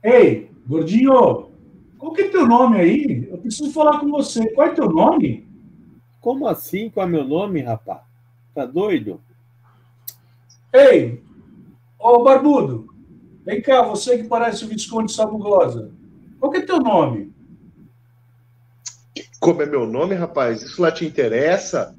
Ei, gordinho, qual que é teu nome aí? Eu preciso falar com você. Qual é teu nome? Como assim? Qual é meu nome, rapaz? Tá doido? Ei, ô barbudo, vem cá, você que parece o Visconde Sabugosa. Qual que é teu nome? Como é meu nome, rapaz? Isso lá te interessa?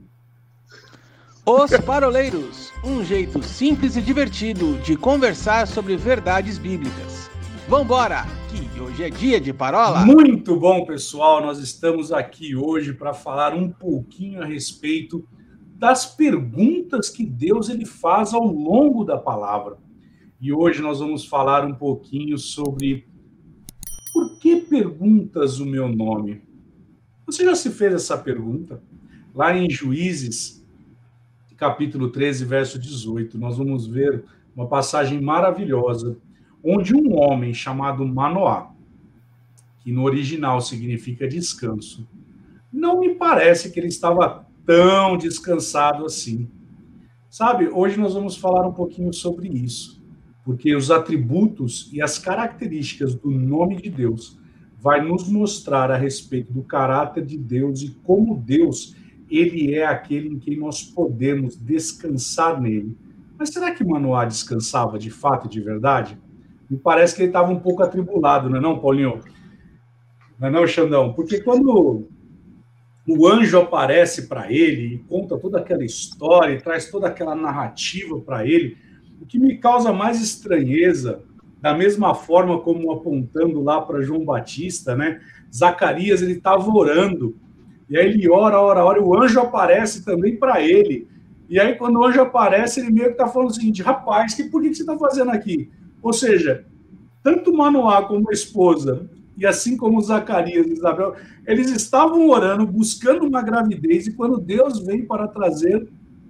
Os Paroleiros, um jeito simples e divertido de conversar sobre verdades bíblicas. Vambora, que hoje é dia de parola. Muito bom, pessoal. Nós estamos aqui hoje para falar um pouquinho a respeito das perguntas que Deus ele faz ao longo da palavra. E hoje nós vamos falar um pouquinho sobre por que perguntas o meu nome? Você já se fez essa pergunta? Lá em Juízes, capítulo 13, verso 18, nós vamos ver uma passagem maravilhosa, onde um homem chamado Manoá, que no original significa descanso, não me parece que ele estava tão descansado assim. Sabe, hoje nós vamos falar um pouquinho sobre isso, porque os atributos e as características do nome de Deus vai nos mostrar a respeito do caráter de Deus e como Deus, ele é aquele em quem nós podemos descansar nele. Mas será que Manoá descansava de fato e de verdade? Me parece que ele estava um pouco atribulado, não é não, Paulinho? Não é não, Xandão? Porque quando o anjo aparece para ele e conta toda aquela história e traz toda aquela narrativa para ele, o que me causa mais estranheza, da mesma forma como apontando lá para João Batista, né? Zacarias, ele estava orando, e aí ele ora, e o anjo aparece também para ele. E aí, quando o anjo aparece, ele meio que está falando o seguinte: rapaz, por que você está fazendo aqui? Ou seja, tanto Manoá como a esposa, e assim como Zacarias e Isabel, eles estavam orando, buscando uma gravidez, e quando Deus vem para trazer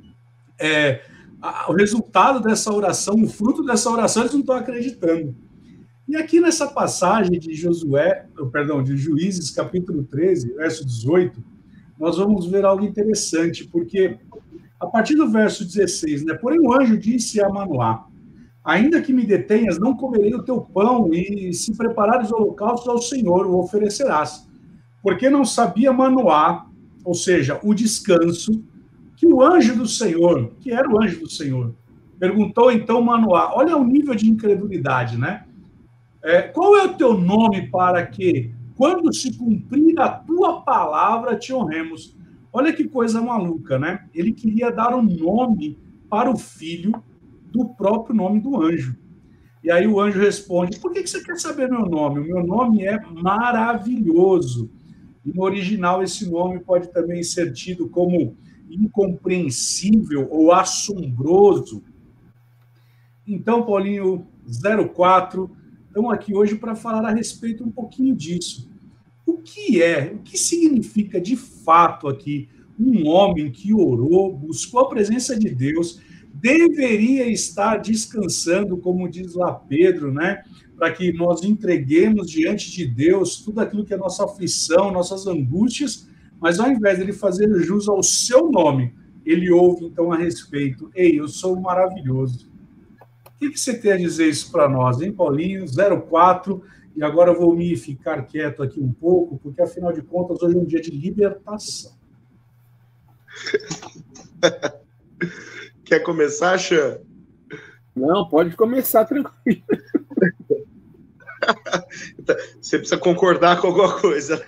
o resultado dessa oração, o fruto dessa oração, eles não estão acreditando. E aqui nessa passagem de de Juízes, capítulo 13, verso 18, nós vamos ver algo interessante, porque a partir do verso 16, né? Porém o anjo disse a Manoá: ainda que me detenhas, não comerei o teu pão, e se preparares holocaustos ao Senhor, o oferecerás. Porque não sabia Manoá, ou seja, o descanso, que o anjo do Senhor, que era o anjo do Senhor, perguntou então Manoá: olha o nível de incredulidade, né? Qual é o teu nome para que, quando se cumprir a tua palavra, te honremos? Olha que coisa maluca, né? Ele queria dar um nome para o filho do próprio nome do anjo. E aí o anjo responde: por que você quer saber meu nome? O meu nome é maravilhoso. E no original esse nome pode também ser tido como incompreensível ou assombroso. Então, Paulinho 04, estamos aqui hoje para falar a respeito um pouquinho disso. O que significa de fato aqui um homem que orou, buscou a presença de Deus, deveria estar descansando, como diz lá Pedro, né? Para que nós entreguemos diante de Deus tudo aquilo que é nossa aflição, nossas angústias, mas ao invés de ele fazer jus ao seu nome, ele ouve então a respeito: ei, eu sou maravilhoso. O que você tem a dizer isso para nós, hein, Paulinho? 04, e agora eu vou me ficar quieto aqui um pouco, porque afinal de contas hoje é um dia de libertação. Quer começar, Xan? Não, pode começar tranquilo. Você precisa concordar com alguma coisa.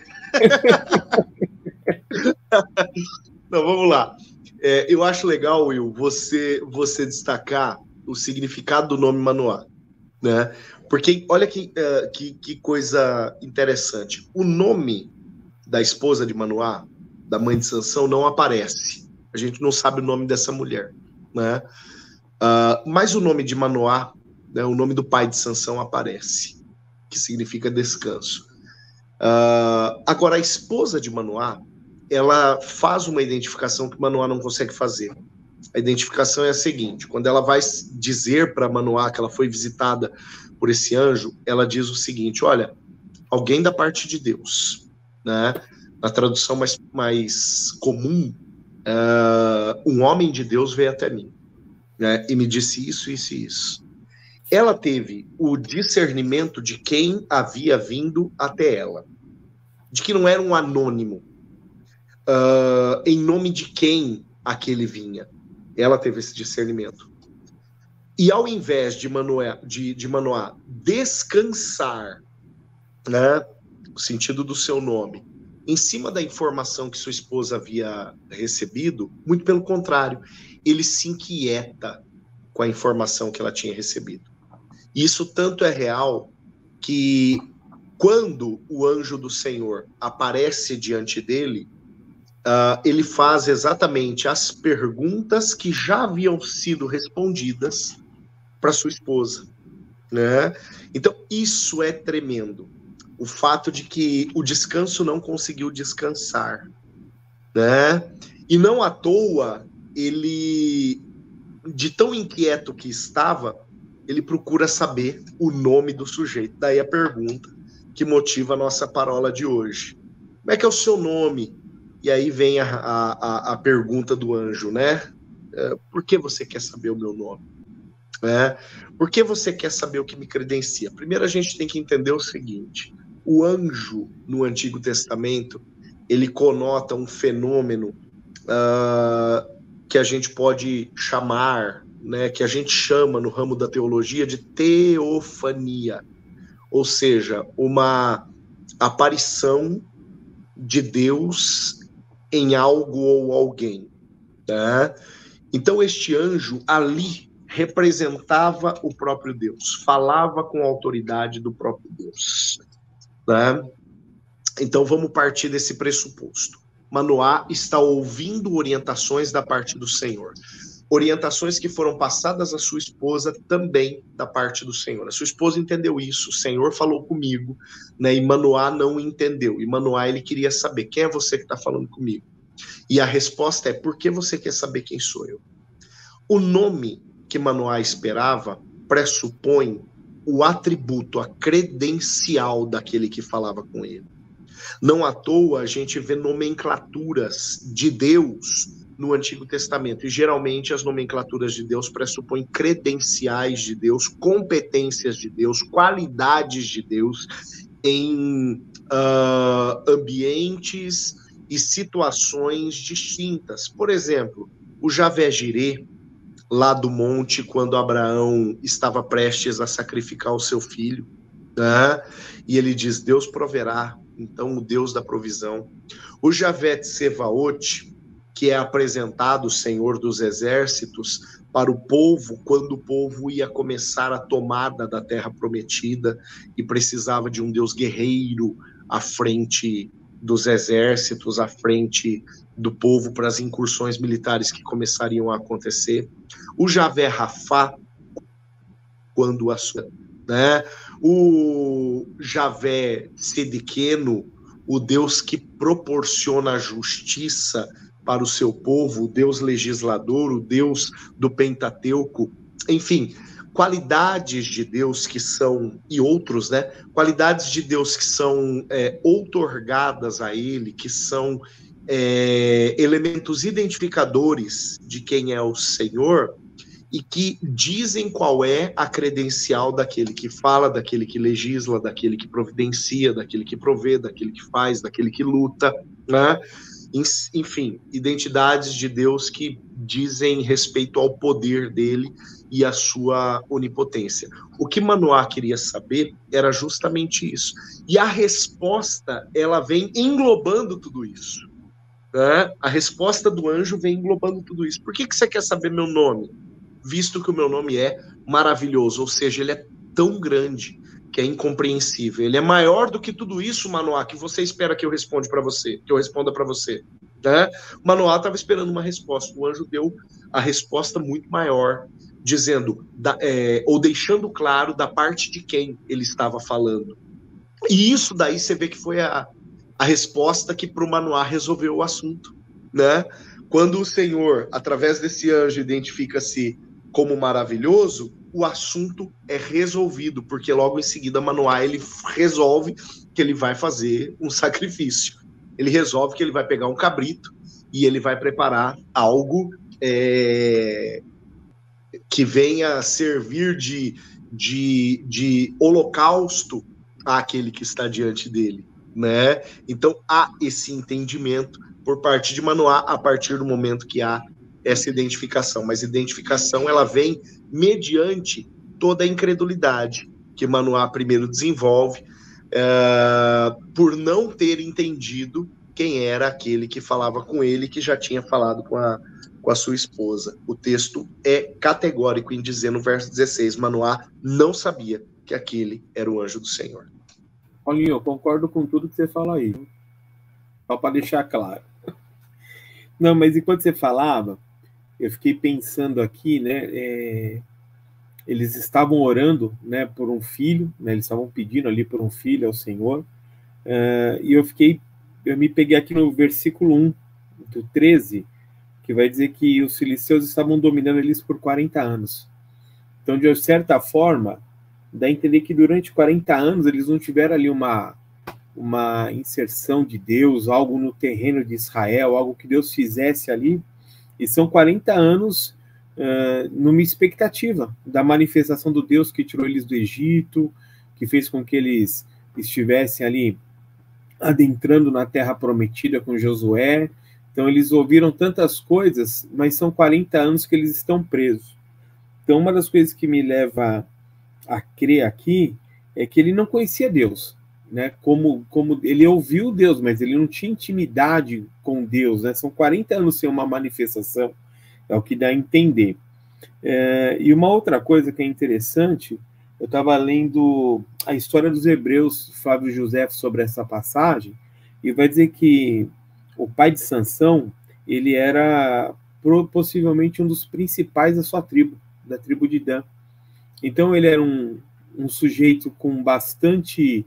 Não, vamos lá. Eu acho legal, Will, você destacar o significado do nome Manoá, né? Porque olha que coisa interessante. O nome da esposa de Manoá, da mãe de Sansão, não aparece. A gente não sabe o nome dessa mulher, né? Mas o nome de Manoá, né, o nome do pai de Sansão aparece, que significa descanso. Agora, a esposa de Manoá, ela faz uma identificação que Manoá não consegue fazer. A identificação é a seguinte: quando ela vai dizer para Manoá que ela foi visitada por esse anjo, ela diz o seguinte: olha, alguém da parte de Deus, né? Na tradução mais comum, um homem de Deus veio até mim, né? E me disse isso, isso e isso. ela teve o discernimento de quem havia vindo até ela, de que não era um anônimo, em nome de quem aquele vinha. Ela teve esse discernimento. E ao invés de Manoá descansar, né, o sentido do seu nome, em cima da informação que sua esposa havia recebido, muito pelo contrário, ele se inquieta com a informação que ela tinha recebido. Isso tanto é real que quando o anjo do Senhor aparece diante dele, ele faz exatamente as perguntas que já haviam sido respondidas para sua esposa, né? Então, isso é tremendo. O fato de que o descanso não conseguiu descansar, né? E não à toa, ele, de tão inquieto que estava, ele procura saber o nome do sujeito. Daí a pergunta que motiva a nossa parola de hoje. Como é que é o seu nome? E aí vem a pergunta do anjo, né? Por que você quer saber o meu nome? Por que você quer saber o que me credencia? Primeiro a gente tem que entender o seguinte: o anjo no Antigo Testamento, ele conota um fenômeno que a gente pode chamar, né, que a gente chama no ramo da teologia de teofania, ou seja, uma aparição de Deus em algo ou alguém, né? Então este anjo ali representava o próprio Deus, falava com a autoridade do próprio Deus, né? Então vamos partir desse pressuposto. Manoá está ouvindo orientações da parte do Senhor, orientações que foram passadas à sua esposa também da parte do Senhor. A sua esposa entendeu isso, o Senhor falou comigo, né? E Manoá não entendeu. E Manoá, ele queria saber: quem é você que está falando comigo? E a resposta é: por que você quer saber quem sou eu? O nome que Manoá esperava pressupõe o atributo, a credencial daquele que falava com ele. Não à toa a gente vê nomenclaturas de Deus no Antigo Testamento, e geralmente as nomenclaturas de Deus pressupõem credenciais de Deus, competências de Deus, qualidades de Deus em ambientes e situações distintas. Por exemplo, o Javé Jireh, lá do monte, quando Abraão estava prestes a sacrificar o seu filho, né? E ele diz: Deus proverá, então o Deus da provisão. O Javé Tsevaot, que é apresentado, o Senhor dos Exércitos, para o povo, quando o povo ia começar a tomada da terra prometida e precisava de um Deus guerreiro à frente dos exércitos, à frente do povo para as incursões militares que começariam a acontecer. O Javé Rafá, quando a sua, né? O Javé Sedequeno, o Deus que proporciona a justiça para o seu povo, o Deus legislador, o Deus do Pentateuco, enfim, qualidades de Deus que são, e outros, né? Qualidades de Deus que são outorgadas a ele, que são elementos identificadores de quem é o Senhor, e que dizem qual é a credencial daquele que fala, daquele que legisla, daquele que providencia, daquele que provê, daquele que faz, daquele que luta, né? Enfim, identidades de Deus que dizem respeito ao poder dele e à sua onipotência. O que Manoá queria saber era justamente isso. E a resposta, ela vem englobando tudo isso, né? A resposta do anjo vem englobando tudo isso. Por que você quer saber meu nome? Visto que o meu nome é maravilhoso, ou seja, ele é tão grande que é incompreensível. Ele é maior do que tudo isso, Manoá, que você espera que eu responda para você, que eu responda para você, né? Manoá estava esperando uma resposta. O anjo deu a resposta muito maior, dizendo, ou deixando claro da parte de quem ele estava falando. E isso daí você vê que foi a resposta que para o Manoá resolveu o assunto, né? Quando o Senhor, através desse anjo, identifica-se como maravilhoso, o assunto é resolvido, porque logo em seguida Manoá, ele resolve que ele vai fazer um sacrifício. Ele resolve que ele vai pegar um cabrito e ele vai preparar algo que venha servir de holocausto àquele que está diante dele, né? Então há esse entendimento por parte de Manoá a partir do momento que há essa identificação, mas identificação ela vem mediante toda a incredulidade que Manoá primeiro desenvolve por não ter entendido quem era aquele que falava com ele, que já tinha falado com a sua esposa. O texto é categórico em dizer no verso 16, Manoá não sabia que aquele era o anjo do Senhor. Paulinho, eu concordo com tudo que você fala aí, só para deixar claro. Não, mas enquanto você falava, eu fiquei pensando aqui, né, eles estavam orando, né, por um filho, né, eles estavam pedindo ali por um filho ao Senhor, e eu me peguei aqui no versículo 1 do 13, que vai dizer que os filisteus estavam dominando eles por 40 anos. Então, de certa forma, dá a entender que durante 40 anos eles não tiveram ali uma inserção de Deus, algo no terreno de Israel, algo que Deus fizesse ali, e são 40 anos numa expectativa da manifestação do Deus que tirou eles do Egito, que fez com que eles estivessem ali adentrando na terra prometida com Josué. Então eles ouviram tantas coisas, mas são 40 anos que eles estão presos. Então uma das coisas que me leva a crer aqui é que ele não conhecia Deus, né? Como ele ouviu Deus, mas ele não tinha intimidade com Deus, né? São 40 anos sem uma manifestação, é o que dá a entender. E uma outra coisa que é interessante, eu estava lendo a história dos Hebreus, Flávio José, sobre essa passagem, e vai dizer que o pai de Sansão, ele era possivelmente um dos principais da sua tribo, da tribo de Dan. Então ele era um sujeito com bastante...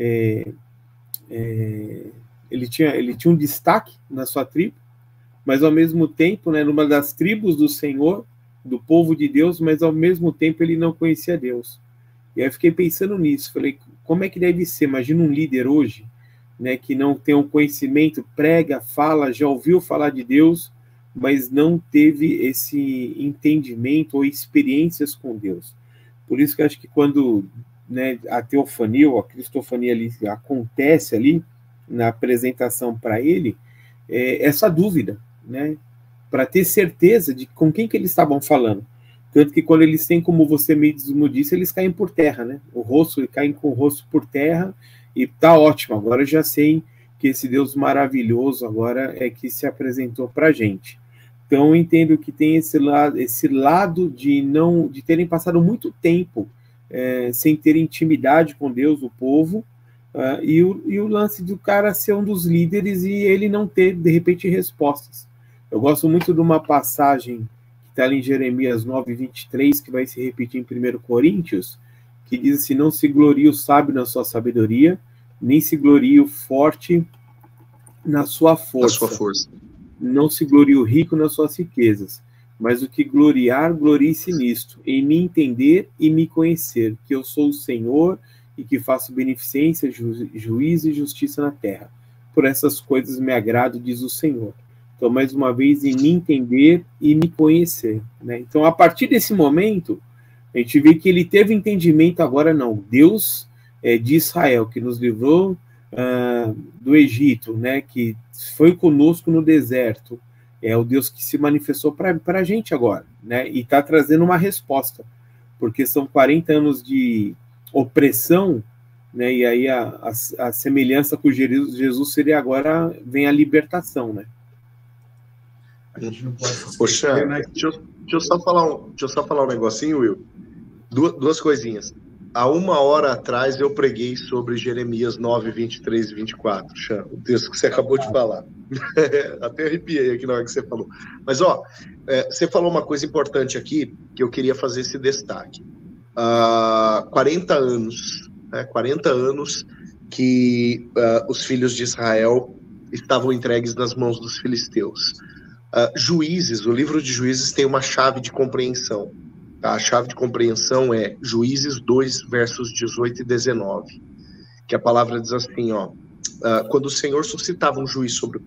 ele tinha um destaque na sua tribo, mas ao mesmo tempo, né, numa das tribos do Senhor, do povo de Deus, mas ao mesmo tempo ele não conhecia Deus. E aí eu fiquei pensando nisso, falei, como é que deve ser? Imagina um líder hoje, né, que não tem um conhecimento, prega, fala, já ouviu falar de Deus, mas não teve esse entendimento ou experiências com Deus. Por isso que eu acho que quando, né, a teofania ou a cristofania ali acontece ali, na apresentação para ele, essa dúvida, né, para ter certeza de com quem que eles estavam falando. Tanto que quando eles têm, como você mesmo disse, eles caem por terra, né? Eles caem com o rosto por terra e tá ótimo, agora eu já sei que esse Deus maravilhoso agora é que se apresentou para a gente. Então eu entendo que tem esse lado de terem passado muito tempo sem ter intimidade com Deus, o povo, e o lance do cara ser um dos líderes e ele não ter, de repente, respostas. Eu gosto muito de uma passagem que está ali em Jeremias 9:23, que vai se repetir em 1 Coríntios, que diz assim, não se glorie o sábio na sua sabedoria, nem se glorie o forte na sua força. Não se glorie o rico nas suas riquezas, mas o que gloriar, glorie-se nisto, em me entender e me conhecer, que eu sou o Senhor e que faço beneficência, juízo e justiça na terra. Por essas coisas me agrado, diz o Senhor. Então, mais uma vez, em me entender e me conhecer, né? Então, a partir desse momento, a gente vê que ele teve entendimento agora, não. Deus de Israel, que nos livrou do Egito, né? Que foi conosco no deserto, é o Deus que se manifestou para a gente agora, né? E está trazendo uma resposta, porque são 40 anos de opressão, né? E aí a semelhança com Jesus seria agora, vem a libertação, né? A gente não pode esquecer, Poxa, né? deixa eu só falar um negocinho, Will. Duas coisinhas. Há 1 hora atrás eu preguei sobre Jeremias 9, 23 e 24, Xan, o texto que você acabou de falar. Até arrepiei aqui na hora que você falou. Mas, você falou uma coisa importante aqui, que eu queria fazer esse destaque. 40 anos, né, 40 anos que os filhos de Israel estavam entregues nas mãos dos filisteus. Juízes, o livro de Juízes tem uma chave de compreensão. Tá? A chave de compreensão é Juízes 2, versos 18 e 19, que a palavra diz assim, quando o Senhor suscitava um juiz sobre o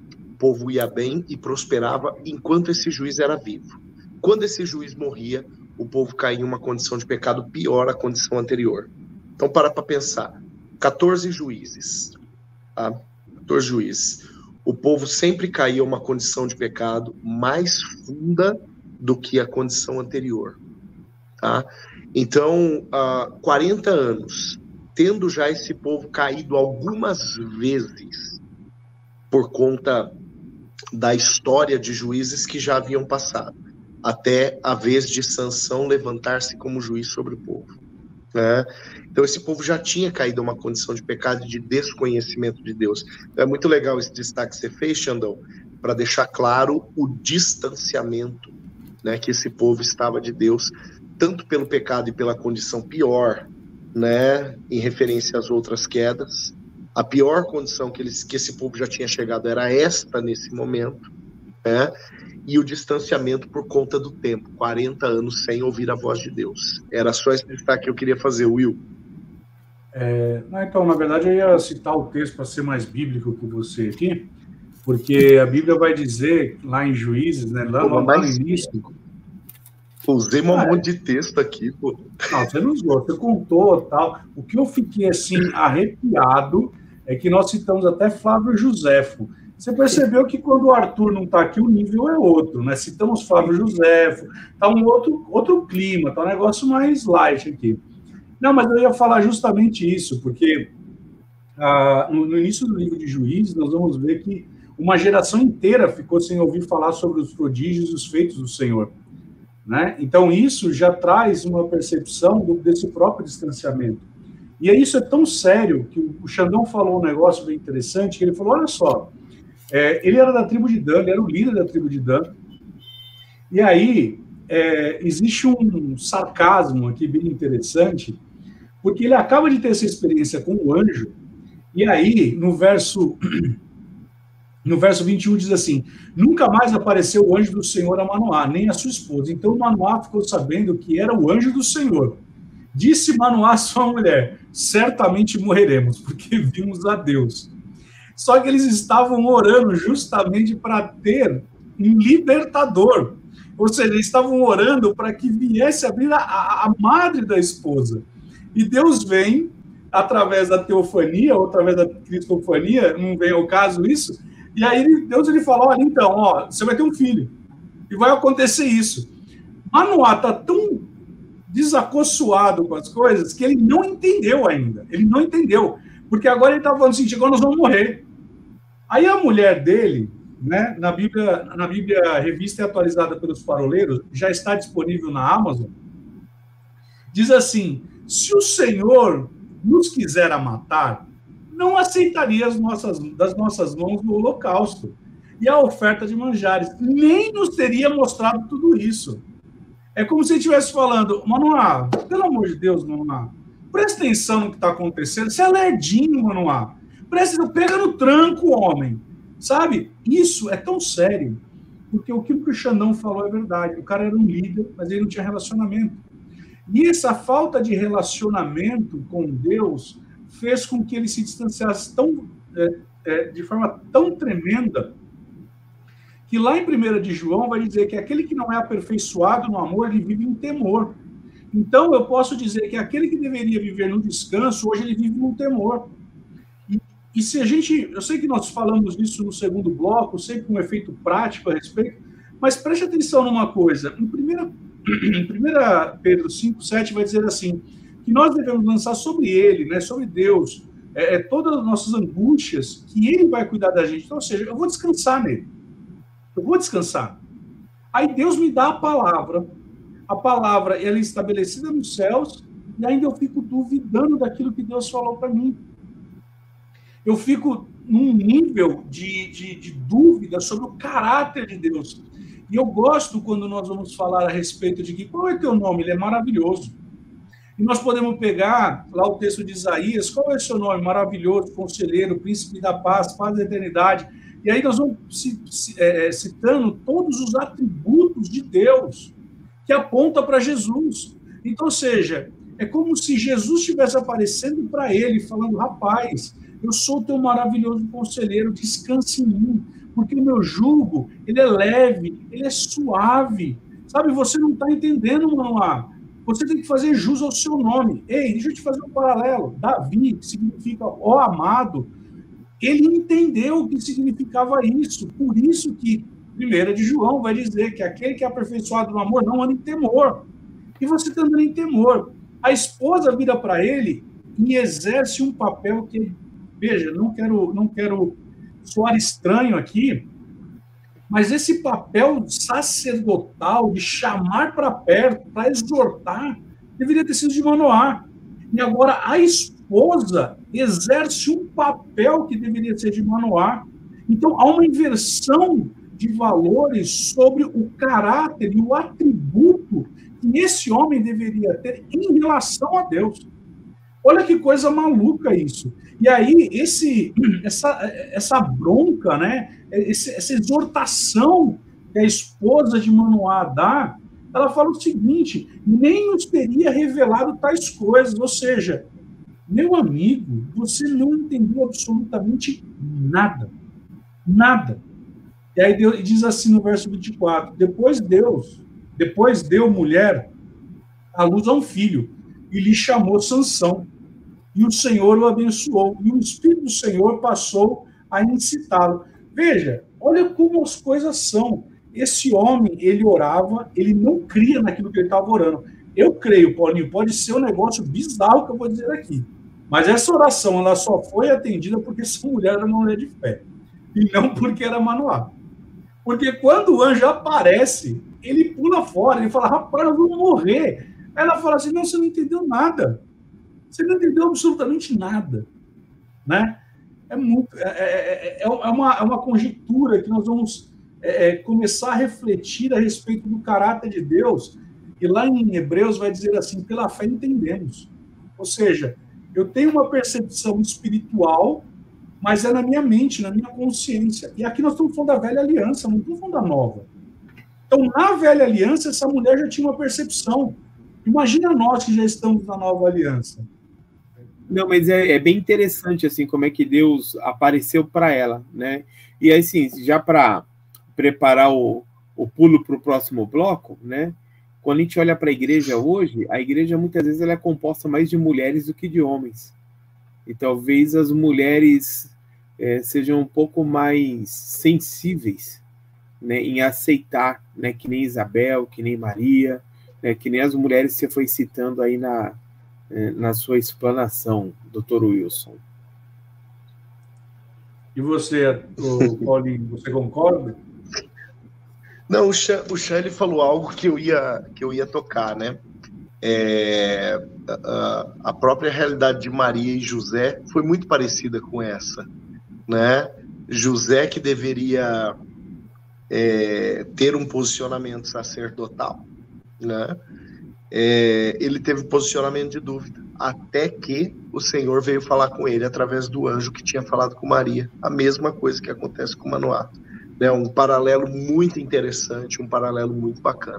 povo ia bem e prosperava enquanto esse juiz era vivo. Quando esse juiz morria, o povo cair em uma condição de pecado pior à condição anterior. Então, para pensar. 14 juízes. Tá? 14 juízes. O povo sempre caía em uma condição de pecado mais funda do que a condição anterior. Tá? Então, 40 anos, tendo já esse povo caído algumas vezes por conta da história de juízes que já haviam passado, até a vez de Sansão levantar-se como juiz sobre o povo. Né? Então esse povo já tinha caído em uma condição de pecado e de desconhecimento de Deus. Então, é muito legal esse destaque que você fez, Xandão, para deixar claro o distanciamento, né, que esse povo estava de Deus, tanto pelo pecado e pela condição pior, né, em referência às outras quedas. A pior condição que esse povo já tinha chegado era esta nesse momento, né? E o distanciamento por conta do tempo, 40 anos sem ouvir a voz de Deus. Era só esse destaque que eu queria fazer, Will. Então, na verdade, eu ia citar o texto para ser mais bíblico que você aqui, porque a Bíblia vai dizer, lá em Juízes, né, lá no início... Usei um monte de texto aqui, pô. Não, você não usou, você contou tal. O que eu fiquei, assim, arrepiado é que nós citamos até Flávio Josefo. Você percebeu que quando o Arthur não está aqui, o nível é outro, né? Citamos Flávio Josefo, está um outro clima, está um negócio mais light aqui. Não, mas eu ia falar justamente isso, porque no início do livro de Juízes, nós vamos ver que uma geração inteira ficou sem ouvir falar sobre os prodígios e os feitos do Senhor. Né? Então, isso já traz uma percepção desse próprio distanciamento. E isso é tão sério que o Xandão falou um negócio bem interessante, que ele falou, olha só, ele era da tribo de Dan, ele era o líder da tribo de Dan, e aí existe um sarcasmo aqui bem interessante, porque ele acaba de ter essa experiência com o anjo, e aí, no verso 21 diz assim, nunca mais apareceu o anjo do Senhor a Manoá, nem a sua esposa. Então Manoá ficou sabendo que era o anjo do Senhor. Disse Manoá à sua mulher, certamente morreremos, porque vimos a Deus. Só que eles estavam orando justamente para ter um libertador. Ou seja, eles estavam orando para que viesse abrir a madre da esposa. E Deus vem, através da teofania, ou através da cristofania, não vem ao caso isso, e aí Deus fala, olha, então, você vai ter um filho, e vai acontecer isso. Manoá está tão desacossoado com as coisas que ele não entendeu ainda, porque agora ele está falando assim, agora nós vamos morrer. Aí a mulher dele, né, na Bíblia Revista e Atualizada pelos Faroleiros, já está disponível na Amazon, diz assim, se o Senhor nos quiser matar, não aceitaria das nossas mãos no holocausto e a oferta de manjares, nem nos teria mostrado tudo isso. É como se ele estivesse falando, Manoá, pelo amor de Deus, Manoá, presta atenção no que está acontecendo, você é lerdinho, Manoá, presta atenção, pega no tranco, homem, sabe? Isso é tão sério, porque aquilo que o Xandão falou é verdade, o cara era um líder, mas ele não tinha relacionamento. E essa falta de relacionamento com Deus fez com que ele se distanciasse de forma tão tremenda, que lá em 1 de João vai dizer que aquele que não é aperfeiçoado no amor, ele vive em temor. Então, eu posso dizer que aquele que deveria viver no descanso, hoje ele vive no temor. E se eu sei que nós falamos disso no segundo bloco, sempre com um efeito prático a respeito, mas preste atenção numa coisa, em 1 Pedro 5,7 vai dizer assim, que nós devemos lançar sobre ele, né, sobre Deus, todas as nossas angústias, que ele vai cuidar da gente. Então, ou seja, eu vou descansar nele. Eu vou descansar. Aí Deus me dá a palavra ela é estabelecida nos céus, e ainda eu fico duvidando daquilo que Deus falou para mim. Eu fico num nível de dúvida sobre o caráter de Deus. E eu gosto quando nós vamos falar a respeito de que qual é teu nome? Ele é maravilhoso. E nós podemos pegar lá o texto de Isaías, qual é o seu nome? Maravilhoso, conselheiro, príncipe da paz, paz da eternidade. E aí nós vamos citando todos os atributos de Deus que aponta para Jesus. Então, ou seja, é como se Jesus estivesse aparecendo para ele, falando, rapaz, eu sou o teu maravilhoso conselheiro, descanse em mim, porque o meu jugo, ele é leve, ele é suave, Sabe, você não está entendendo, Manoá. Você tem que fazer jus ao seu nome. Ei, deixa eu te fazer um paralelo. Davi, que significa ó amado, ele entendeu o que significava isso. Por isso que 1 de João vai dizer que aquele que é aperfeiçoado no amor não anda em temor. E você está andando em temor. A esposa vira para ele e exerce um papel que, veja, não quero soar estranho aqui, mas esse papel sacerdotal de chamar para perto, para exortar, deveria ter sido de Manoá. E agora a esposa exerce um papel que deveria ser de Manoá. Então há uma inversão de valores sobre o caráter e o atributo que esse homem deveria ter em relação a Deus. Olha que coisa maluca isso. E aí, essa bronca, né? Essa exortação que a esposa de Manoá dá, ela fala o seguinte: nem nos teria revelado tais coisas. Ou seja, meu amigo, você não entendeu absolutamente nada. Nada. E aí Deus diz assim no verso 24: depois deu mulher à luz a um filho, e lhe chamou Sansão. E o Senhor o abençoou, e o Espírito do Senhor passou a incitá-lo. Veja, olha como as coisas são. Esse homem, ele orava, ele não cria naquilo que ele estava orando. Eu creio, Paulinho, pode ser um negócio bizarro que eu vou dizer aqui, mas essa oração, ela só foi atendida porque essa mulher era uma mulher de fé, e não porque era Manoá. Porque quando o anjo aparece, ele pula fora, ele fala: rapaz, eu vou morrer. Aí ela fala assim: não, você não entendeu nada. Você não entendeu absolutamente nada. Né? É uma conjectura que nós vamos começar a refletir a respeito do caráter de Deus. E lá em Hebreus vai dizer assim: pela fé entendemos. Ou seja, eu tenho uma percepção espiritual, mas é na minha mente, na minha consciência. E aqui nós estamos falando da velha aliança, não estamos falando da nova. Então, na velha aliança, essa mulher já tinha uma percepção. Imagina nós que já estamos na nova aliança. Não, mas é bem interessante, assim, como é que Deus apareceu para ela, né? E, assim, já para preparar o pulo para o próximo bloco, né? Quando a gente olha para a igreja hoje, a igreja, muitas vezes, ela é composta mais de mulheres do que de homens. E talvez as mulheres sejam um pouco mais sensíveis, né, em aceitar, né, que nem Isabel, que nem Maria, né, que nem as mulheres que você foi citando aí na sua explanação, Dr. Wilson. E você, Paulinho, você concorda? Não, o Chan ele falou algo que eu ia tocar, né? A própria realidade de Maria e José foi muito parecida com essa, né? José, que deveria ter um posicionamento sacerdotal, né? Ele teve posicionamento de dúvida, até que o Senhor veio falar com ele através do anjo que tinha falado com Maria, a mesma coisa que acontece com Manoá, né? Um paralelo muito interessante, um paralelo muito bacana.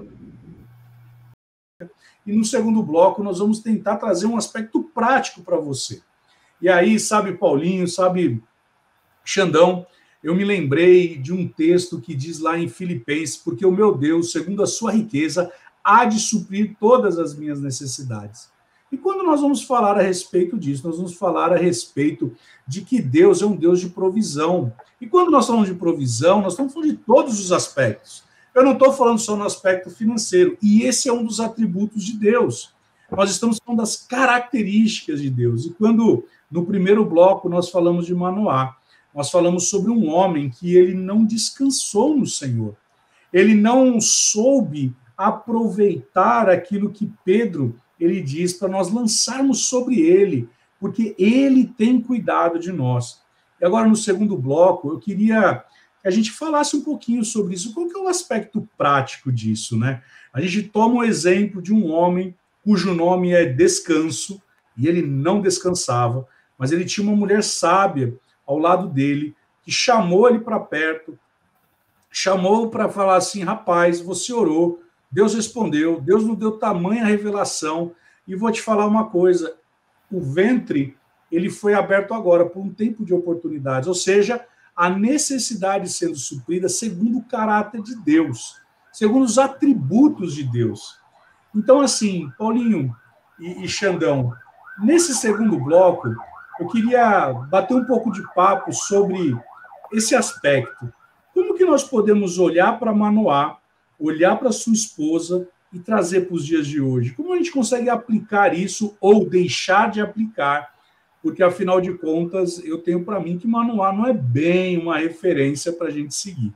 E no segundo bloco nós vamos tentar trazer um aspecto prático para você. E aí, sabe, Paulinho, sabe, Xandão, eu me lembrei de um texto que diz lá em Filipenses: porque o meu Deus, segundo a sua riqueza, há de suprir todas as minhas necessidades. E quando nós vamos falar a respeito disso, nós vamos falar a respeito de que Deus é um Deus de provisão. E quando nós falamos de provisão, nós estamos falando de todos os aspectos. Eu não estou falando só no aspecto financeiro, e esse é um dos atributos de Deus. Nós estamos falando das características de Deus. E quando, no primeiro bloco, nós falamos de Manoá, nós falamos sobre um homem que ele não descansou no Senhor. Ele não soube aproveitar aquilo que Pedro ele diz para nós lançarmos sobre ele, porque ele tem cuidado de nós. E agora, no segundo bloco, eu queria que a gente falasse um pouquinho sobre isso. Qual que é o aspecto prático disso, né? A gente toma o exemplo de um homem cujo nome é Descanso, e ele não descansava, mas ele tinha uma mulher sábia ao lado dele, que chamou ele para perto, chamou para falar assim: rapaz, você orou, Deus respondeu, Deus nos deu tamanha revelação, e vou te falar uma coisa, o ventre, ele foi aberto agora por um tempo de oportunidades, ou seja, a necessidade sendo suprida segundo o caráter de Deus. segundo os atributos de Deus. Então, assim, Paulinho e Xandão, nesse segundo bloco, eu queria bater um pouco de papo sobre esse aspecto. Como que nós podemos olhar para Manoá, olhar para sua esposa e trazer para os dias de hoje? Como a gente consegue aplicar isso ou deixar de aplicar? Porque, afinal de contas, eu tenho para mim que Manoá não é bem uma referência para a gente seguir.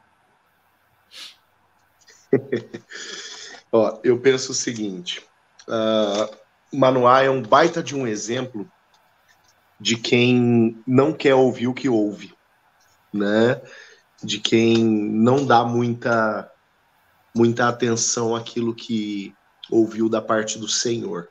Ó, eu penso o seguinte, Manoá é um baita de um exemplo de quem não quer ouvir o que ouve, né? De quem não dá muita atenção àquilo que ouviu da parte do Senhor.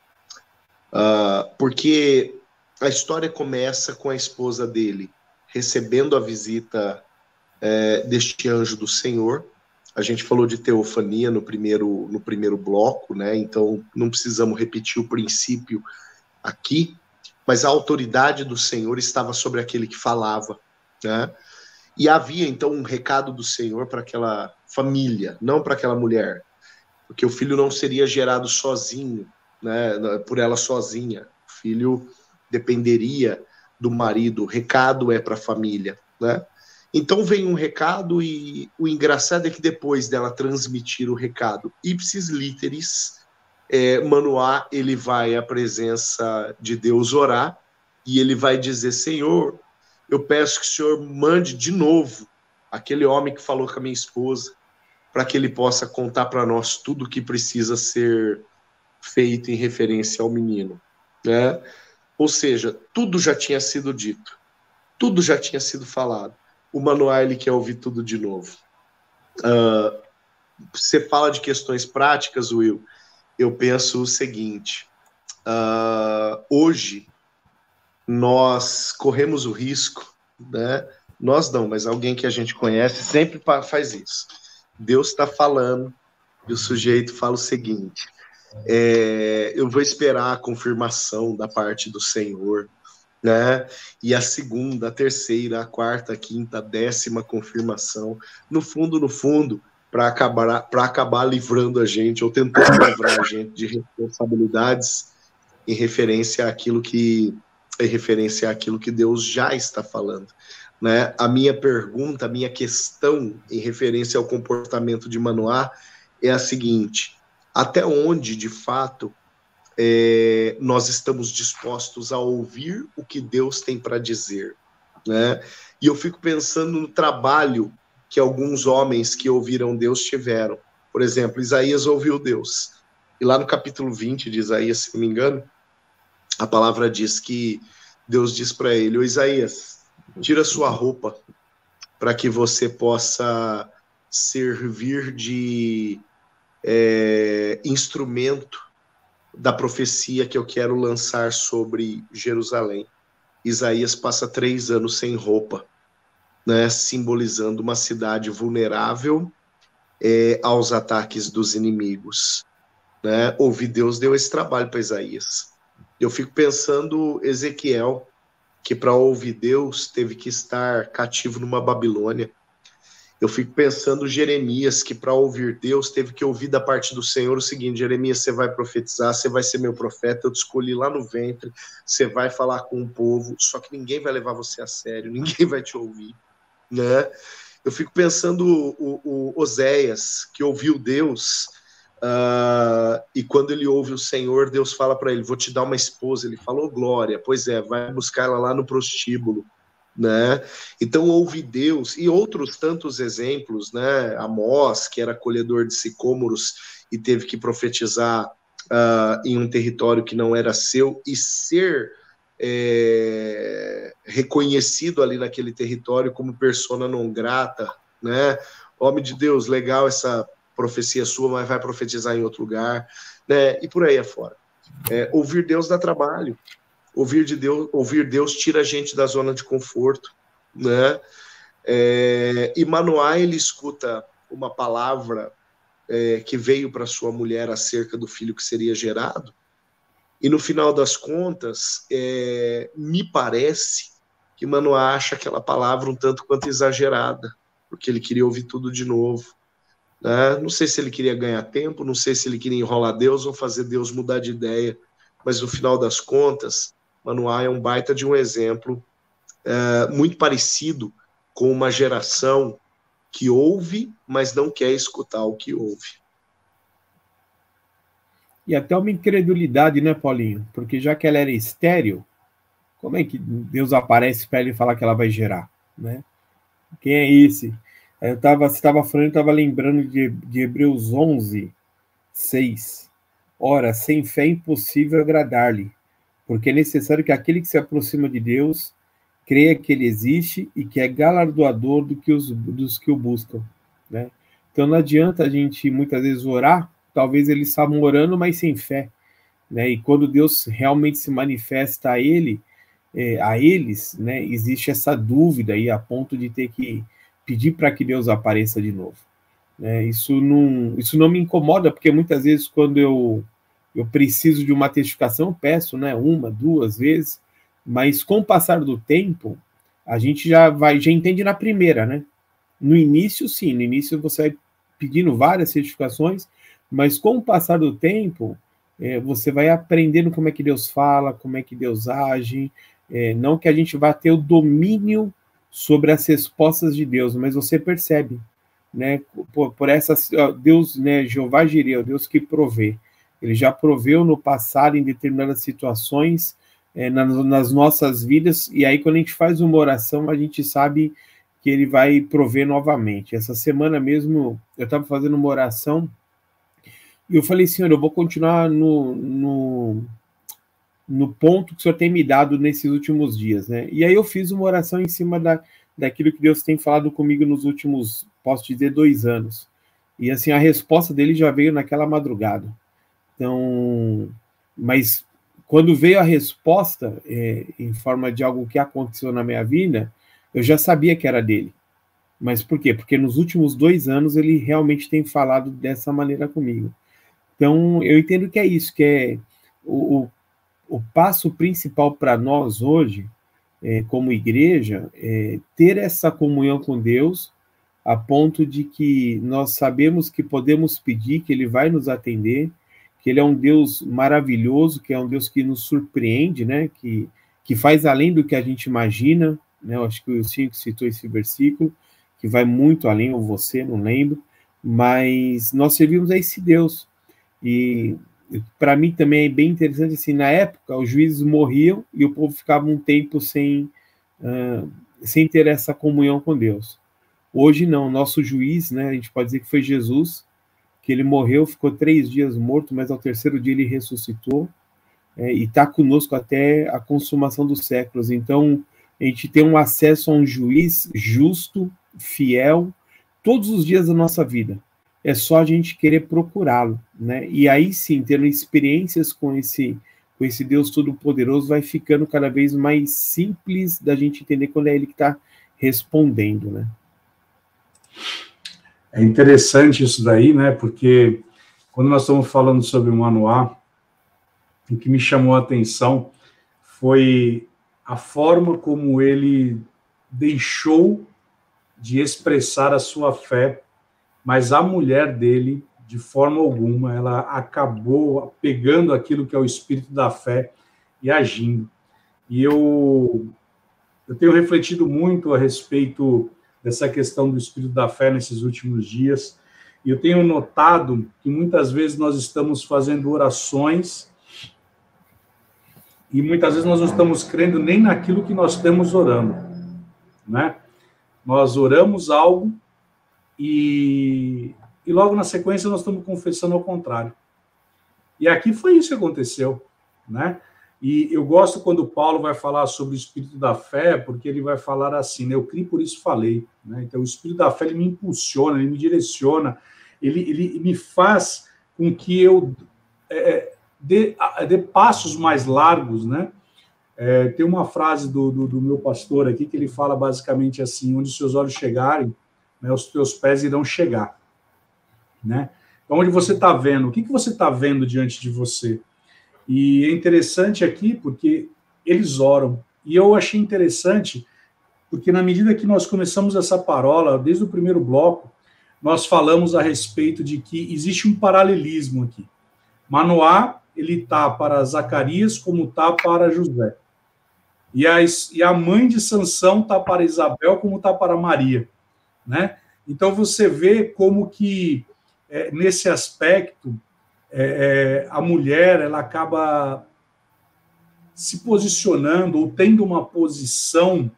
Porque a história começa com a esposa dele recebendo a visita deste anjo do Senhor. A gente falou de teofania no primeiro bloco, né? Então não precisamos repetir o princípio aqui, mas a autoridade do Senhor estava sobre aquele que falava, né? E havia então um recado do Senhor para aquela família, não para aquela mulher, porque o filho não seria gerado sozinho, né? Por ela sozinha. O filho dependeria do marido. O recado é para a família, né? Então vem um recado e o engraçado é que depois dela transmitir o recado ipsis literis, Manoá, ele vai à presença de Deus orar e ele vai dizer: Senhor, eu peço que o Senhor mande de novo aquele homem que falou com a minha esposa, para que ele possa contar para nós tudo o que precisa ser feito em referência ao menino, né? Ou seja, tudo já tinha sido dito, tudo já tinha sido falado. O Manoá, ele quer ouvir tudo de novo. Você fala de questões práticas, Will, eu penso o seguinte, hoje nós corremos o risco, né? Nós não, mas alguém que a gente conhece sempre faz isso. Deus está falando e o sujeito fala o seguinte, eu vou esperar a confirmação da parte do Senhor, né? E a segunda, a terceira, a quarta, a quinta, a 10ª confirmação, no fundo, para acabar livrando a gente, ou tentando livrar a gente de responsabilidades em referência àquilo que Deus já está falando, né? A minha pergunta, a minha questão em referência ao comportamento de Manoá é a seguinte: até onde, de fato, nós estamos dispostos a ouvir o que Deus tem para dizer, né? E eu fico pensando no trabalho que alguns homens que ouviram Deus tiveram. Por exemplo, Isaías ouviu Deus. E lá no capítulo 20 de Isaías, se não me engano, a palavra diz que Deus diz para ele: ô Isaías, tira sua roupa para que você possa servir de instrumento da profecia que eu quero lançar sobre Jerusalém. Isaías passa 3 anos sem roupa, né, simbolizando uma cidade vulnerável aos ataques dos inimigos, né? Ouvir Deus deu esse trabalho para Isaías. Eu fico pensando Ezequiel, que para ouvir Deus teve que estar cativo numa Babilônia. Eu fico pensando Jeremias, que para ouvir Deus teve que ouvir da parte do Senhor o seguinte: Jeremias, você vai profetizar, você vai ser meu profeta, eu te escolhi lá no ventre, você vai falar com o povo, só que ninguém vai levar você a sério, ninguém vai te ouvir, né? Eu fico pensando o Oséias, que ouviu Deus, e quando ele ouve o Senhor, Deus fala para ele: vou te dar uma esposa. Ele falou: glória, pois vai buscar ela lá no prostíbulo, né? Então ouve Deus. E outros tantos exemplos, né? Amós, que era colhedor de sicômoros e teve que profetizar em um território que não era seu e ser reconhecido ali naquele território como persona non grata, né? Homem de Deus, legal essa profecia sua, mas vai profetizar em outro lugar, né? E por aí afora. Ouvir Deus dá trabalho. Ouvir Deus tira a gente da zona de conforto, né? E Manoá, ele escuta uma palavra que veio para sua mulher acerca do filho que seria gerado, e no final das contas, me parece que Manoá acha aquela palavra um tanto quanto exagerada, porque ele queria ouvir tudo de novo, né? Não sei se ele queria ganhar tempo, não sei se ele queria enrolar Deus ou fazer Deus mudar de ideia, mas no final das contas, Manoá é um baita de um exemplo muito parecido com uma geração que ouve, mas não quer escutar o que ouve. E até uma incredulidade, né, Paulinho? Porque já que ela era estéril, como é que Deus aparece para ele falar que ela vai gerar, né? Quem é esse? Você estava falando, eu estava lembrando de Hebreus 11, 6. Ora, sem fé é impossível agradar-lhe, porque é necessário que aquele que se aproxima de Deus creia que ele existe e que é galardoador dos que o buscam, né? Então não adianta a gente muitas vezes orar, talvez eles estavam orando, mas sem fé, né? E quando Deus realmente se manifesta a eles, né, existe essa dúvida aí a ponto de ter que pedir para que Deus apareça de novo, né? Isso não me incomoda, porque muitas vezes quando eu preciso de uma testificação, eu peço, né, 1, 2 vezes, mas com o passar do tempo, a gente já entende na primeira, né? No início, sim, no início você vai pedindo várias certificações, mas com o passar do tempo, você vai aprendendo como é que Deus fala, como é que Deus age, não que a gente vá ter o domínio sobre as respostas de Deus, mas você percebe, né? Por essas, Deus, né, Jeová Jireh, o Deus que provê. Ele já proveu no passado em determinadas situações, nas nossas vidas, e aí quando a gente faz uma oração, a gente sabe que ele vai prover novamente. Essa semana mesmo, eu estava fazendo uma oração, e eu falei, Senhor, eu vou continuar no ponto que o Senhor tem me dado nesses últimos dias, né? E aí eu fiz uma oração em cima daquilo que Deus tem falado comigo nos últimos, posso dizer, 2 anos. E assim, a resposta dele já veio naquela madrugada. Então, mas quando veio a resposta, em forma de algo que aconteceu na minha vida, eu já sabia que era dele. Mas por quê? Porque nos últimos 2 anos ele realmente tem falado dessa maneira comigo. Então, eu entendo que é isso, que é o passo principal para nós hoje, como igreja, é ter essa comunhão com Deus, a ponto de que nós sabemos que podemos pedir, que Ele vai nos atender, que Ele é um Deus maravilhoso, que é um Deus que nos surpreende, né? Que faz além do que a gente imagina, né? Eu acho que o Cinco citou esse versículo, que vai muito além, ou você, não lembro, mas nós servimos a esse Deus. E para mim também é bem interessante, assim, na época os juízes morriam e o povo ficava um tempo sem ter essa comunhão com Deus. Hoje não, nosso juiz, né, a gente pode dizer que foi Jesus, que ele morreu, ficou 3 dias morto, mas ao 3º dia ele ressuscitou, e está conosco até a consumação dos séculos. Então, a gente tem um acesso a um juiz justo, fiel, todos os dias da nossa vida. É só a gente querer procurá-lo, né? E aí sim, tendo experiências com esse Deus Todo-Poderoso, vai ficando cada vez mais simples da gente entender quando é Ele que está respondendo, né? É interessante isso daí, né? Porque quando nós estamos falando sobre o Manoá, o que me chamou a atenção foi a forma como ele deixou de expressar a sua fé, mas a mulher dele, de forma alguma, ela acabou pegando aquilo que é o espírito da fé e agindo. E eu tenho refletido muito a respeito dessa questão do espírito da fé nesses últimos dias, e eu tenho notado que muitas vezes nós estamos fazendo orações e muitas vezes nós não estamos crendo nem naquilo que nós estamos orando, né? Nós oramos algo e logo na sequência nós estamos confessando ao contrário. E aqui foi isso que aconteceu, né? E eu gosto quando Paulo vai falar sobre o espírito da fé, porque ele vai falar assim, né? Eu criei, por isso falei, né? Então o espírito da fé, ele me impulsiona, ele me direciona, ele me faz com que eu dê passos mais largos, né? Tem uma frase do meu pastor aqui que ele fala basicamente assim, onde os seus olhos chegarem, né, os teus pés irão chegar, né? Então, onde você está vendo? O que você está vendo diante de você? E é interessante aqui porque eles oram. E eu achei interessante porque na medida que nós começamos essa parola, desde o primeiro bloco, nós falamos a respeito de que existe um paralelismo aqui. Manoá, ele está para Zacarias como está para José. E a mãe de Sansão está para Isabel como está para Maria, né? Então você vê como que nesse aspecto a mulher ela acaba se posicionando ou tendo uma posição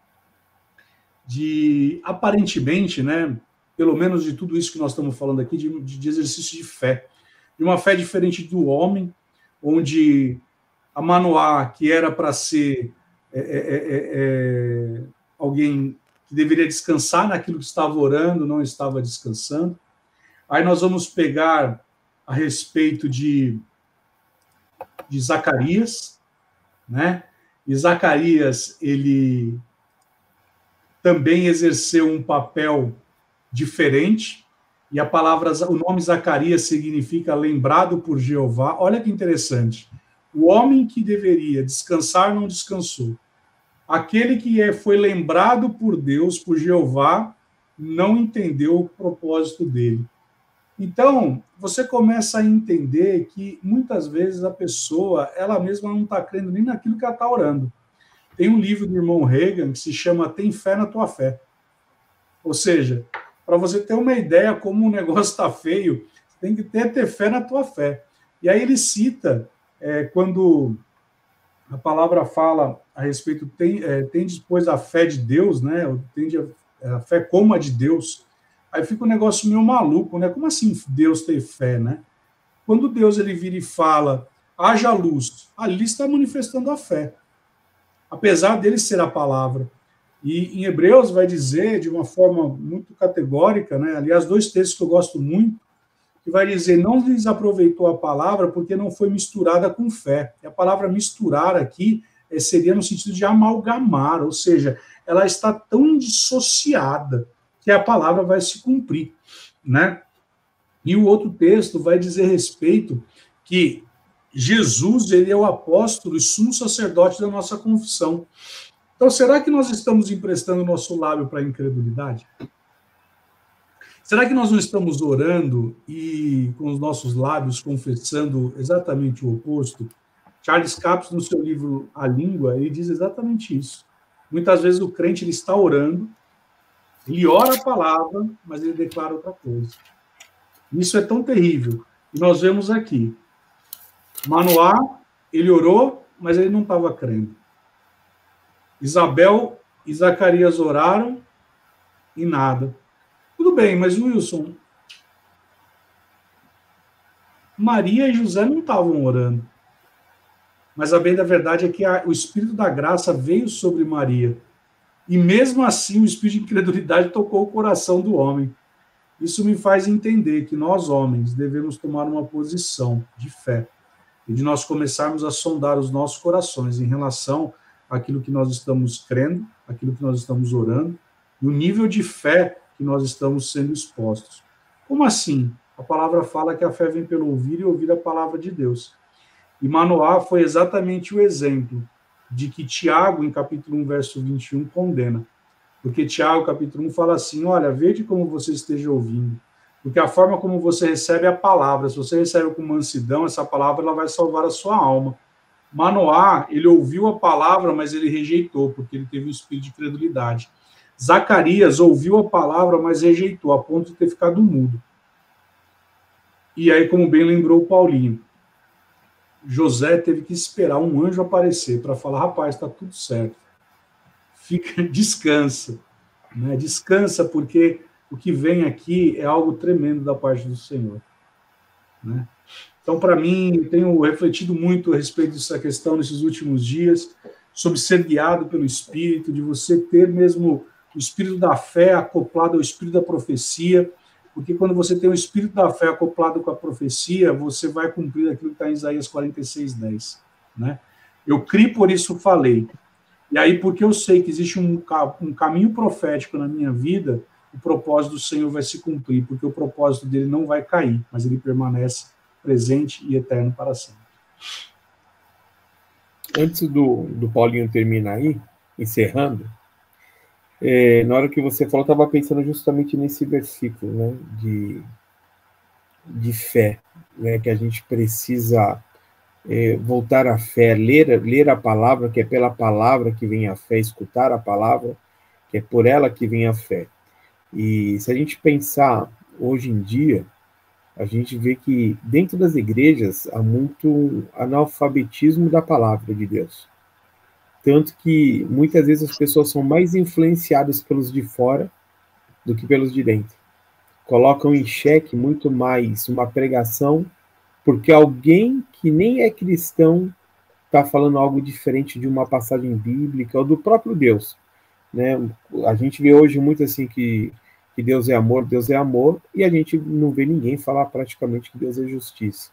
de, aparentemente, né, pelo menos de tudo isso que nós estamos falando aqui, de exercício de fé. De uma fé diferente do homem, onde a Manoá, que era para ser alguém que deveria descansar naquilo que estava orando, não estava descansando. Aí nós vamos pegar a respeito de Zacarias, né? E Zacarias, ele também exerceu um papel diferente, e o nome Zacarias significa lembrado por Jeová. Olha que interessante. O homem que deveria descansar não descansou. Aquele que foi lembrado por Deus, por Jeová, não entendeu o propósito dele. Então, você começa a entender que, muitas vezes, a pessoa, ela mesma não está crendo nem naquilo que ela está orando. Tem um livro do irmão Reagan que se chama Tem Fé na Tua Fé. Ou seja, para você ter uma ideia como o negócio está feio, você tem que ter fé na tua fé. E aí ele cita, quando a palavra fala a respeito, tem depois a fé de Deus, né? Tende a fé como a de Deus. Aí fica um negócio meio maluco, né? Como assim Deus tem fé, né? Quando Deus ele vira e fala, haja luz, ali está manifestando a fé. Apesar dele ser a palavra. E em Hebreus vai dizer, de uma forma muito categórica, né? Aliás, 2 textos que eu gosto muito, que vai dizer, não lhes aproveitou a palavra porque não foi misturada com fé. E a palavra misturar aqui seria no sentido de amalgamar, ou seja, ela está tão dissociada que a palavra vai se cumprir, né? E o outro texto vai dizer respeito que Jesus, ele é o apóstolo e sumo sacerdote da nossa confissão. Então, será que nós estamos emprestando o nosso lábio para a incredulidade? Será que nós não estamos orando e com os nossos lábios confessando exatamente o oposto? Charles Capps, no seu livro A Língua, ele diz exatamente isso. Muitas vezes o crente ele está orando, ele ora a palavra, mas ele declara outra coisa. Isso é tão terrível. E nós vemos aqui, Manoá, ele orou, mas ele não estava crendo. Isabel e Zacarias oraram e nada. Tudo bem, mas Wilson, Maria e José não estavam orando. Mas a bem da verdade é que o Espírito da graça veio sobre Maria. E mesmo assim o Espírito de incredulidade tocou o coração do homem. Isso me faz entender que nós, homens, devemos tomar uma posição de fé. E de nós começarmos a sondar os nossos corações em relação àquilo que nós estamos crendo, aquilo que nós estamos orando, e o nível de fé que nós estamos sendo expostos. Como assim? A palavra fala que a fé vem pelo ouvir e ouvir a palavra de Deus. E Manoá foi exatamente o exemplo de que Tiago, em capítulo 1, verso 21, condena. Porque Tiago, capítulo 1, fala assim, olha, vede como você esteja ouvindo. Porque a forma como você recebe a palavra, se você recebe com mansidão, essa palavra ela vai salvar a sua alma. Manoá, ele ouviu a palavra, mas ele rejeitou, porque ele teve um espírito de credulidade. Zacarias ouviu a palavra, mas rejeitou, a ponto de ter ficado mudo. E aí, como bem lembrou o Paulinho, José teve que esperar um anjo aparecer para falar, rapaz, está tudo certo. Descansa. Né? Descansa, porque o que vem aqui é algo tremendo da parte do Senhor. Né? Então, para mim, eu tenho refletido muito a respeito dessa questão nesses últimos dias, sobre ser guiado pelo Espírito, de você ter mesmo o Espírito da fé acoplado ao Espírito da profecia, porque quando você tem o Espírito da fé acoplado com a profecia, você vai cumprir aquilo que está em Isaías 46:10. Né? Eu criei, por isso falei. E aí, porque eu sei que existe um caminho profético na minha vida, o propósito do Senhor vai se cumprir, porque o propósito dele não vai cair, mas ele permanece presente e eterno para sempre. Antes do Paulinho terminar aí, encerrando, Na hora que você falou, eu estava pensando justamente nesse versículo, né, de fé, né, que a gente precisa voltar à fé, ler a palavra, que é pela palavra que vem a fé, escutar a palavra, que é por ela que vem a fé. E se a gente pensar hoje em dia, a gente vê que dentro das igrejas há muito analfabetismo da palavra de Deus. Tanto que muitas vezes as pessoas são mais influenciadas pelos de fora do que pelos de dentro. Colocam em xeque muito mais uma pregação porque alguém que nem é cristão está falando algo diferente de uma passagem bíblica ou do próprio Deus, né? A gente vê hoje muito assim que Deus é amor, e a gente não vê ninguém falar praticamente que Deus é justiça.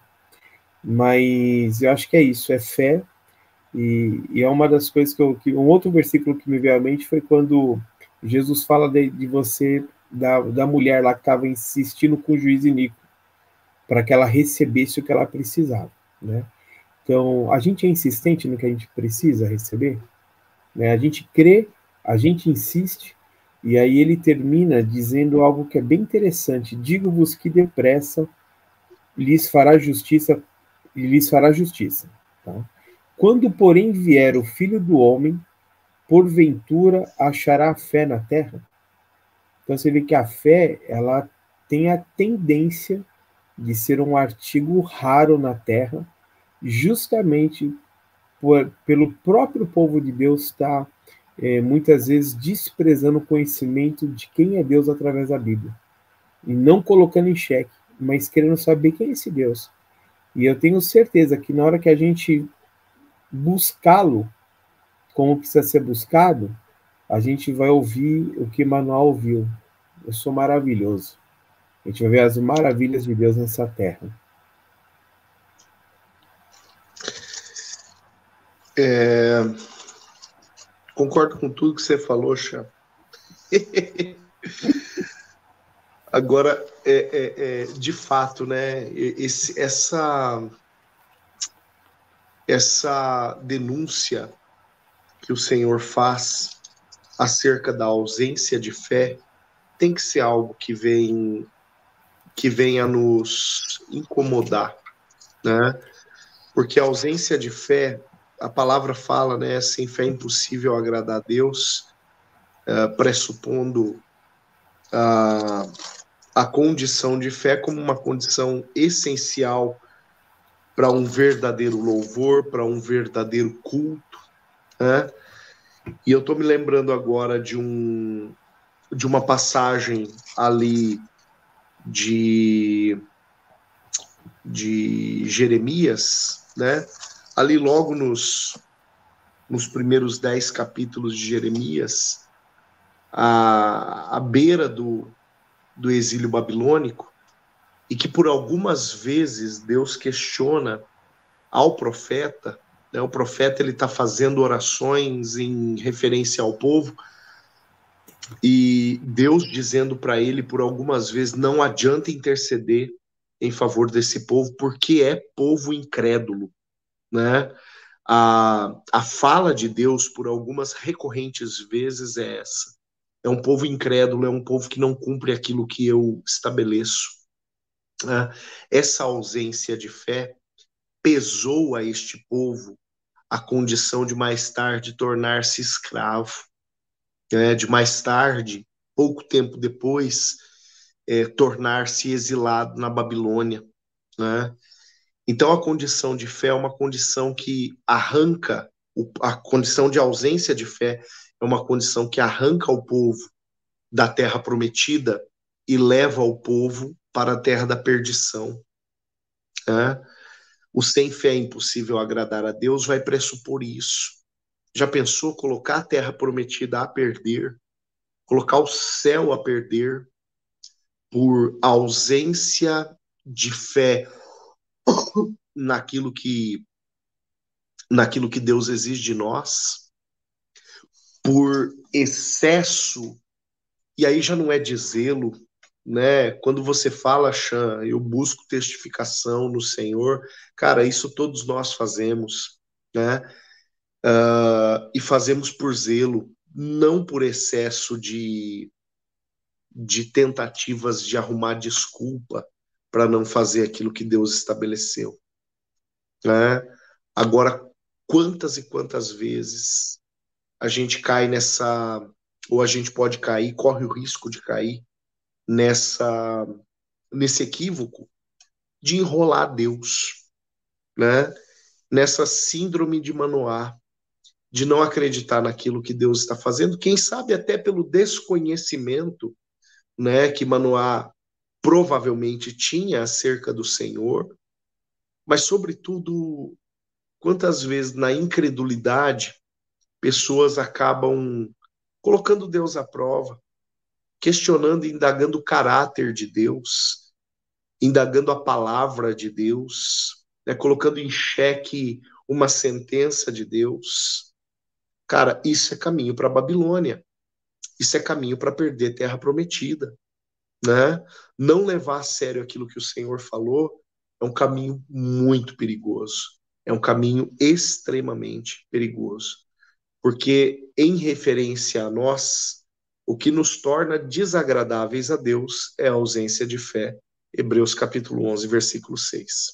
Mas eu acho que é isso, é fé, e é uma das coisas um outro versículo que me veio à mente foi quando Jesus fala de você, da mulher lá que estava insistindo com o juiz iníquo, para que ela recebesse o que ela precisava, né? Então, a gente é insistente no que a gente precisa receber, né? A gente crê, a gente insiste, e aí ele termina dizendo algo que é bem interessante: digo-vos que depressa lhes fará justiça, e lhes fará justiça. Tá? Quando, porém, vier o Filho do Homem, porventura achará fé na terra? Então você vê que a fé, ela tem a tendência de ser um artigo raro na terra, justamente pelo próprio povo de Deus estar muitas vezes desprezando o conhecimento de quem é Deus através da Bíblia. E não colocando em xeque, mas querendo saber quem é esse Deus. E eu tenho certeza que na hora que a gente buscá-lo como precisa ser buscado, a gente vai ouvir o que Manuel ouviu. Eu sou maravilhoso. A gente vai ver as maravilhas de Deus nessa terra. Concordo com tudo que você falou, Chá. Agora, de fato, né, essa denúncia que o Senhor faz acerca da ausência de fé tem que ser algo que venha nos incomodar, né? Porque a ausência de fé, a palavra fala, né, sem fé é impossível agradar a Deus, pressupondo a condição de fé como uma condição essencial para um verdadeiro louvor, para um verdadeiro culto, né? E eu estou me lembrando agora de uma passagem ali de Jeremias, né? Ali logo nos primeiros 10 capítulos de Jeremias, à beira do exílio babilônico, e que por algumas vezes Deus questiona ao profeta, né? O profeta ele está fazendo orações em referência ao povo, e Deus dizendo para ele por algumas vezes: não adianta interceder em favor desse povo, porque é povo incrédulo, né? A fala de Deus por algumas recorrentes vezes é essa: é um povo incrédulo, é um povo que não cumpre aquilo que eu estabeleço, né? Essa ausência de fé pesou a este povo a condição de mais tarde tornar-se escravo, né? De mais tarde, pouco tempo depois, tornar-se exilado na Babilônia, né? Então a condição de fé é uma condição que arranca, a condição de ausência de fé é uma condição que arranca o povo da terra prometida e leva o povo para a terra da perdição, né? O sem fé é impossível agradar a Deus vai pressupor isso. Já pensou colocar a terra prometida a perder, colocar o céu a perder por ausência de fé naquilo que Deus exige de nós, por excesso, e aí já não é de zelo, né? Quando você fala, Chan, eu busco testificação no Senhor, cara, isso todos nós fazemos, né? E fazemos por zelo, não por excesso de tentativas de arrumar desculpa para não fazer aquilo que Deus estabeleceu, né? Agora, quantas e quantas vezes a gente cai nessa, ou a gente pode cair, corre o risco de cair nesse equívoco de enrolar Deus, né? Nessa síndrome de Manoá, de não acreditar naquilo que Deus está fazendo, quem sabe até pelo desconhecimento, né, que Manoá provavelmente tinha acerca do Senhor, mas, sobretudo, quantas vezes na incredulidade pessoas acabam colocando Deus à prova, questionando e indagando o caráter de Deus, indagando a palavra de Deus, né, colocando em xeque uma sentença de Deus. Cara, isso é caminho para a Babilônia. Isso é caminho para perder terra prometida, né? Não levar a sério aquilo que o Senhor falou é um caminho muito perigoso. É um caminho extremamente perigoso. Porque, em referência a nós, o que nos torna desagradáveis a Deus é a ausência de fé. Hebreus capítulo 11, versículo 6.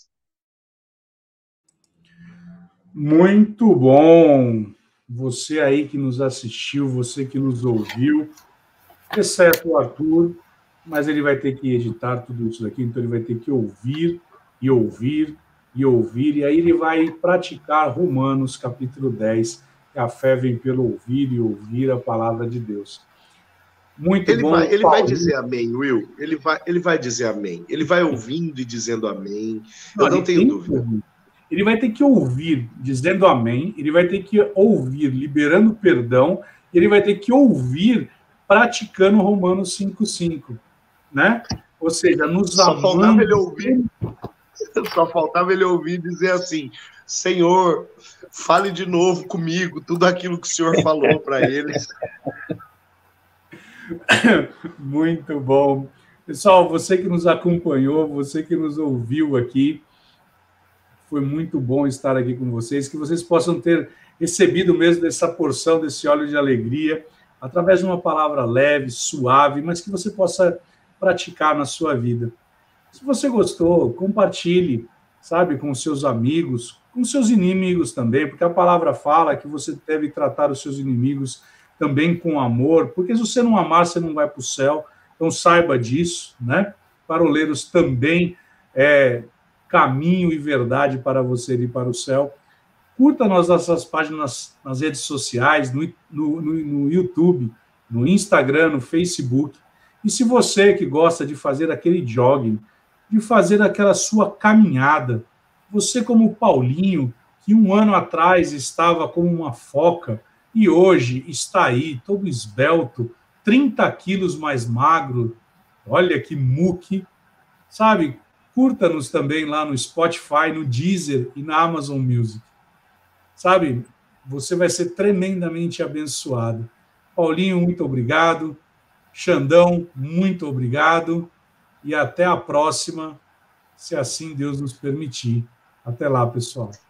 Muito bom. Você aí que nos assistiu, você que nos ouviu, exceto o Arthur, mas ele vai ter que editar tudo isso daqui, então ele vai ter que ouvir, e ouvir, e ouvir, e aí ele vai praticar Romanos capítulo 10, que a fé vem pelo ouvir e ouvir a palavra de Deus. Muito bom. Ele vai dizer amém, Will. Ele vai dizer amém. Ele vai ouvindo e dizendo amém. Eu não tenho dúvida. Ele vai ter que ouvir dizendo amém, ele vai ter que ouvir liberando perdão, ele vai ter que ouvir praticando Romanos 5:5, né? Ou seja, nos amando. Só faltava ele ouvir e dizer assim: Senhor, fale de novo comigo tudo aquilo que o Senhor falou para eles. Muito bom. Pessoal, você que nos acompanhou, você que nos ouviu aqui, foi muito bom estar aqui com vocês, que vocês possam ter recebido mesmo dessa porção, desse óleo de alegria, através de uma palavra leve, suave, mas que você possa praticar na sua vida. Se você gostou, compartilhe, sabe, com seus amigos, com seus inimigos também, porque a palavra fala que você deve tratar os seus inimigos também com amor, porque se você não amar, você não vai para o céu, então saiba disso, né? Paroleiros também é caminho e verdade para você ir para o céu. Curta nossas páginas nas redes sociais, no YouTube, no Instagram, no Facebook. E se você que gosta de fazer aquele jogging, de fazer aquela sua caminhada, você como Paulinho, que um ano atrás estava como uma foca e hoje está aí todo esbelto, 30 quilos mais magro, olha que muque, sabe? Curta-nos também lá no Spotify, no Deezer e na Amazon Music. Sabe, você vai ser tremendamente abençoado. Paulinho, muito obrigado. Xandão, muito obrigado. E até a próxima, se assim Deus nos permitir. Até lá, pessoal.